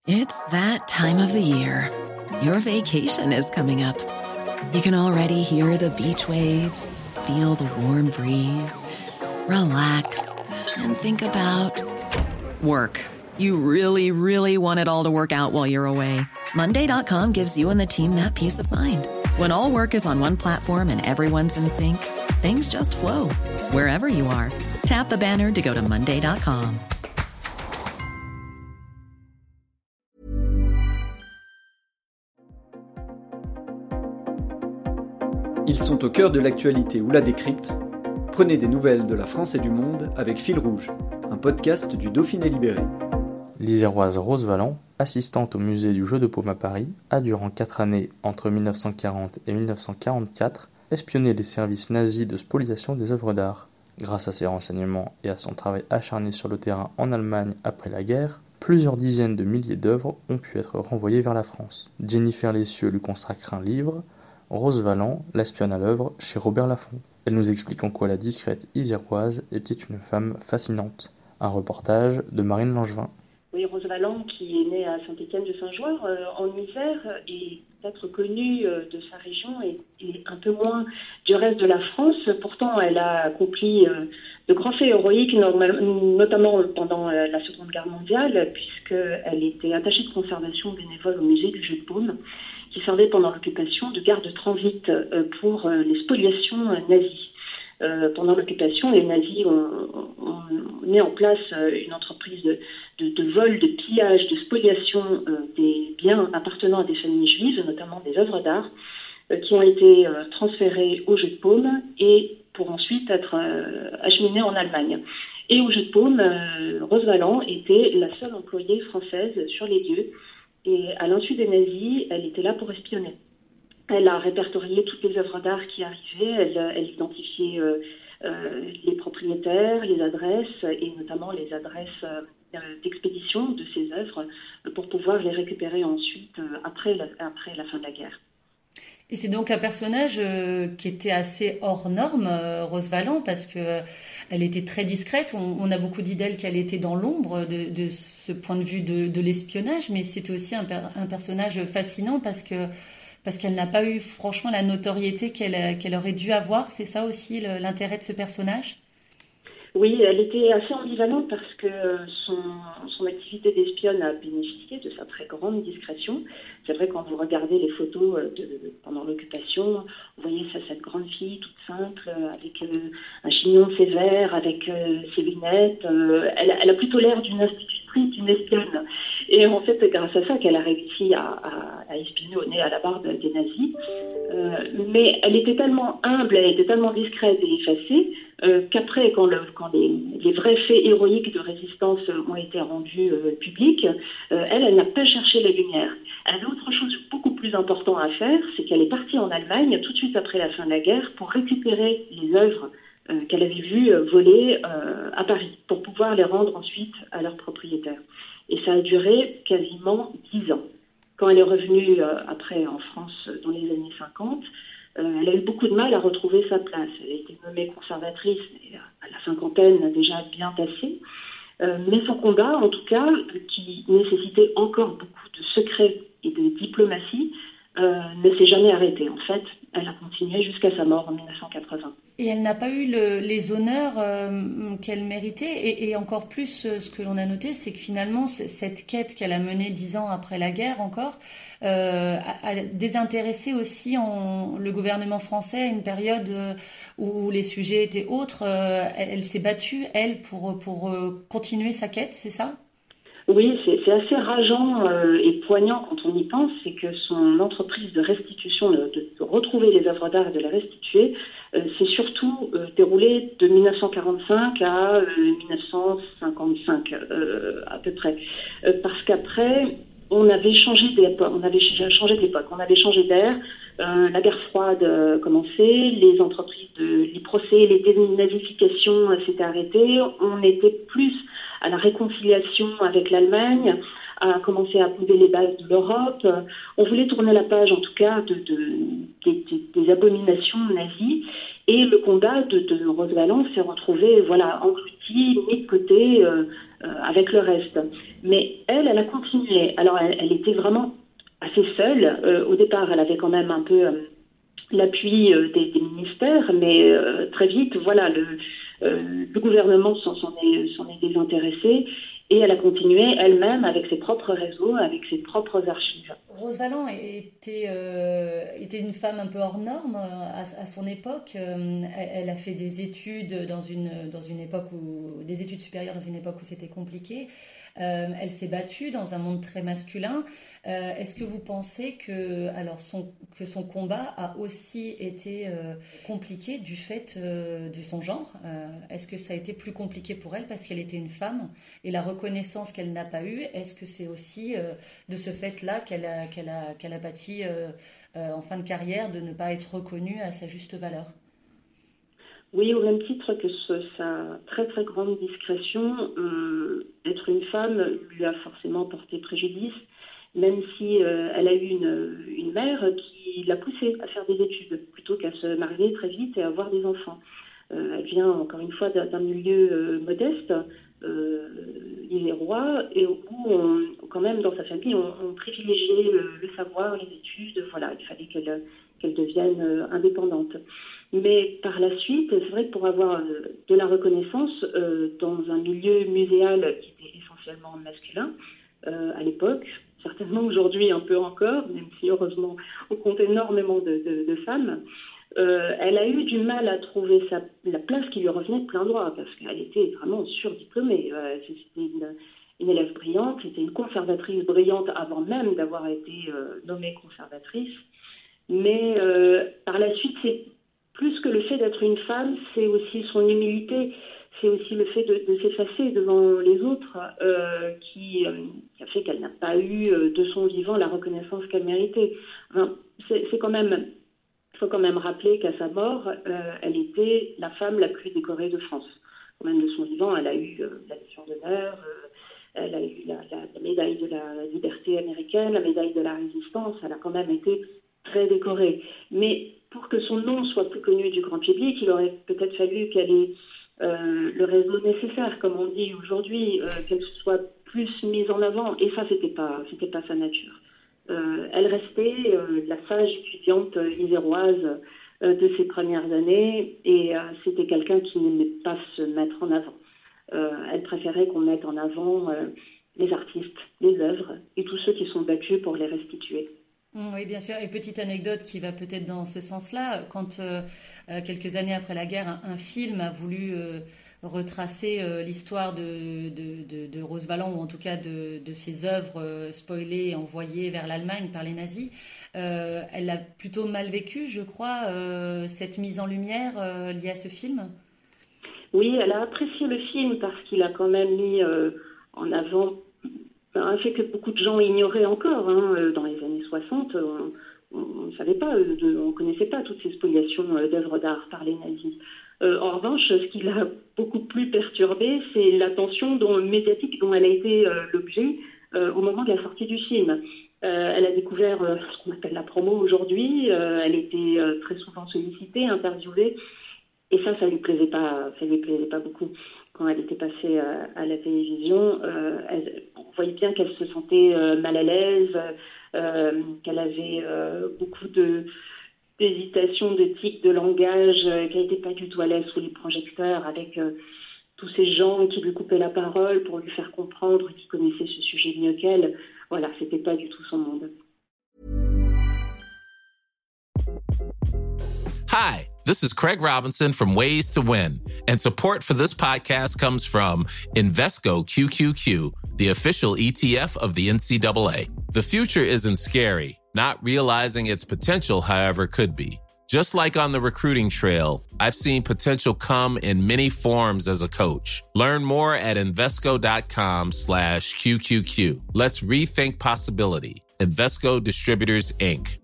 It's that time of the year. Your vacation is coming up. You can already hear the beach waves, feel the warm breeze, relax, and think about work. You really, really want it all to work out while you're away. Monday.com gives you and the team that peace of mind. When all work is on one platform and everyone's in sync, things just flow. Wherever you are, tap the banner to go to Monday.com. Ils sont au cœur de l'actualité ou la décrypte. Prenez des nouvelles de la France et du monde avec Fil Rouge, un podcast du Dauphiné Libéré. L'Iséroise Rose Valland, assistante au musée du jeu de paume à Paris, a durant 4 années, entre 1940 et 1944, espionné les services nazis de spoliation des œuvres d'art. Grâce à ses renseignements et à son travail acharné sur le terrain en Allemagne après la guerre, plusieurs dizaines de milliers d'œuvres ont pu être renvoyées vers la France. Jennifer Lessieux lui consacre un livre, Rose Valland, l'espionne à l'œuvre, chez Robert Laffont. Elle nous explique en quoi la discrète Iséroise était une femme fascinante. Un reportage de Marine Langevin. Oui, Rose Valland, qui est née à Saint-Étienne-de-Saint-Joire, en Isère, est peut-être connue de sa région et un peu moins du reste de la France. Pourtant, elle a accompli de grands faits héroïques, notamment pendant la Seconde Guerre mondiale, puisqu'elle était attachée de conservation bénévole au musée du jeu de paume, qui servait pendant l'occupation de garde de transit pour les spoliations nazies. Pendant l'occupation, les nazis ont mis en place une entreprise de vol, de pillage, de spoliation des biens appartenant à des familles juives, notamment des œuvres d'art, qui ont été transférées au jeu de paume et pour ensuite être acheminées en Allemagne. Et au jeu de paume, Rose Valland était la seule employée française sur les lieux. Et à l'insu des nazis, elle était là pour espionner. Elle a répertorié toutes les œuvres d'art qui arrivaient, elle identifiait les propriétaires, les adresses, et notamment les adresses d'expédition de ces œuvres, pour pouvoir les récupérer ensuite après la fin de la guerre. Et c'est donc un personnage qui était assez hors norme, Rose Valland, parce que elle était très discrète. On a beaucoup dit d'elle qu'elle était dans l'ombre de ce point de vue de l'espionnage, mais c'était aussi un personnage fascinant parce qu'elle n'a pas eu franchement la notoriété qu'elle aurait dû avoir. C'est ça aussi l'intérêt de ce personnage ? Oui, elle était assez ambivalente parce que son activité d'espionne a bénéficié de sa très grande discrétion. C'est vrai, quand vous regardez les photos pendant l'occupation, vous voyez cette grande fille toute simple, avec un chignon sévère, avec ses lunettes. Elle a plutôt l'air d'une institutrice, d'une espionne. Et en fait, c'est grâce à ça qu'elle a réussi à espionner au nez à la barbe des nazis. Mais elle était tellement humble, elle était tellement discrète et effacée, qu'après, quand les vrais faits héroïques de résistance ont été rendus publics, elle n'a pas cherché la lumière. Elle avait autre chose beaucoup plus important à faire, c'est qu'elle est partie en Allemagne tout de suite après la fin de la guerre pour récupérer les œuvres qu'elle avait vues voler à Paris, pour pouvoir les rendre ensuite à leurs propriétaires. Et ça a duré quasiment 10 ans. Quand elle est revenue après en France dans les années 50, elle a eu beaucoup de mal à retrouver sa place. Elle a été nommée conservatrice à la cinquantaine, déjà bien tassée. Mais son combat, en tout cas, qui nécessitait encore beaucoup de secret et de diplomatie, ne s'est jamais arrêté. En fait, elle a continué jusqu'à sa mort en 1980. Et elle n'a pas eu les honneurs qu'elle méritait. Et encore plus, ce que l'on a noté, c'est que finalement, cette quête qu'elle a menée 10 ans après la guerre encore, a désintéressé aussi le gouvernement français à une période où les sujets étaient autres. Elle s'est battue, elle, pour continuer sa quête, c'est ça ? Oui, c'est assez rageant et poignant quand on y pense, c'est que son entreprise de restitution, de retrouver les œuvres d'art et de les restituer, s'est surtout déroulée de 1945 à 1955 à peu près. Parce qu'après, on avait changé d'époque, on avait changé d'air, la guerre froide commençait, les procès, les dénazifications s'étaient arrêtés, on était plus à la réconciliation avec l'Allemagne, à commencer à poser les bases de l'Europe. On voulait tourner la page, en tout cas, des abominations nazies. Et le combat de Rose Valland s'est retrouvé, englouti, mis de côté avec le reste. Mais elle a continué. Alors, elle était vraiment assez seule. Au départ, elle avait quand même un peu l'appui des ministères, mais très vite, le gouvernement s'en est désintéressé. Et elle a continué elle-même avec ses propres réseaux, avec ses propres archives. Rose Valland était une femme un peu hors norme à son époque. Elle a fait des études dans une époque des études supérieures dans une époque où c'était compliqué. Elle s'est battue dans un monde très masculin. Est-ce que vous pensez que son combat a aussi été compliqué du fait de son genre? Est-ce que ça a été plus compliqué pour elle parce qu'elle était une femme et la reconnaissance qu'elle n'a pas eue? Est-ce que c'est aussi de ce fait-là qu'elle a pâti en fin de carrière de ne pas être reconnue à sa juste valeur? Oui, au même titre que sa très très grande discrétion, être une femme lui a forcément porté préjudice, même si elle a eu une mère qui l'a poussée à faire des études plutôt qu'à se marier très vite et à avoir des enfants. Elle vient encore une fois d'un milieu modeste, isérois, et où quand même dans sa famille on privilégiait le savoir, les études. Il fallait qu'elle devienne indépendante. Mais par la suite, c'est vrai que pour avoir de la reconnaissance dans un milieu muséal qui était essentiellement masculin à l'époque, certainement aujourd'hui un peu encore, même si heureusement on compte énormément de femmes, elle a eu du mal à trouver la place qui lui revenait de plein droit, parce qu'elle était vraiment surdiplômée. C'était une élève brillante, c'était une conservatrice brillante avant même d'avoir été nommée conservatrice. Mais par la suite, c'est plus que le fait d'être une femme, c'est aussi son humilité, c'est aussi le fait de s'effacer devant les autres qui a fait qu'elle n'a pas eu de son vivant la reconnaissance qu'elle méritait. Enfin, c'est quand même... Il faut quand même rappeler qu'à sa mort, elle était la femme la plus décorée de France. Quand même de son vivant, elle a eu la Légion d'honneur, elle a eu la médaille de la liberté américaine, la médaille de la résistance. Elle a quand même été très décorée. Mais pour que son nom soit plus connu du grand public, il aurait peut-être fallu qu'elle ait le réseau nécessaire, comme on dit aujourd'hui, qu'elle soit plus mise en avant. Et ça, c'était pas sa nature. Elle restait la sage étudiante iséroise de ses premières années, et c'était quelqu'un qui n'aimait pas se mettre en avant. Elle préférait qu'on mette en avant les artistes, les œuvres et tous ceux qui sont battus pour les restituer. Oui, bien sûr. Et petite anecdote qui va peut-être dans ce sens-là, quand quelques années après la guerre, un film a voulu retracer l'histoire de Rose Valland, ou en tout cas de ses œuvres spoilées et envoyées vers l'Allemagne par les nazis. Elle a plutôt mal vécu, je crois, cette mise en lumière liée à ce film. Oui, elle a apprécié le film parce qu'il a quand même mis en avant un fait que beaucoup de gens ignoraient encore. Dans les années 60, on ne savait pas, on ne connaissait pas toutes ces spoliations d'œuvres d'art par les nazis. En revanche, ce qui l'a beaucoup plus perturbée, c'est l'attention médiatique dont elle a été l'objet au moment de la sortie du film. Elle a découvert ce qu'on appelle la promo aujourd'hui. Elle était très souvent sollicitée, interviewée, et ça lui plaisait pas beaucoup. Quand elle était passée à la télévision, on voyait bien qu'elle se sentait mal à l'aise, qu'elle avait beaucoup d'hésitation, de tics de langage, qu'elle n'était pas du tout à l'aise sous les projecteurs avec tous ces gens qui lui coupaient la parole pour lui faire comprendre qu'ils connaissaient ce sujet mieux qu'elle. Voilà, c'était pas du tout son monde. Hi, this is Craig Robinson from Ways to Win, and support for this podcast comes from Invesco QQQ, the official ETF of the NCAA. The future isn't scary. Not realizing its potential, however, could be. Just like on the recruiting trail, I've seen potential come in many forms as a coach. Learn more at Invesco.com/QQQ. Let's rethink possibility. Invesco Distributors, Inc.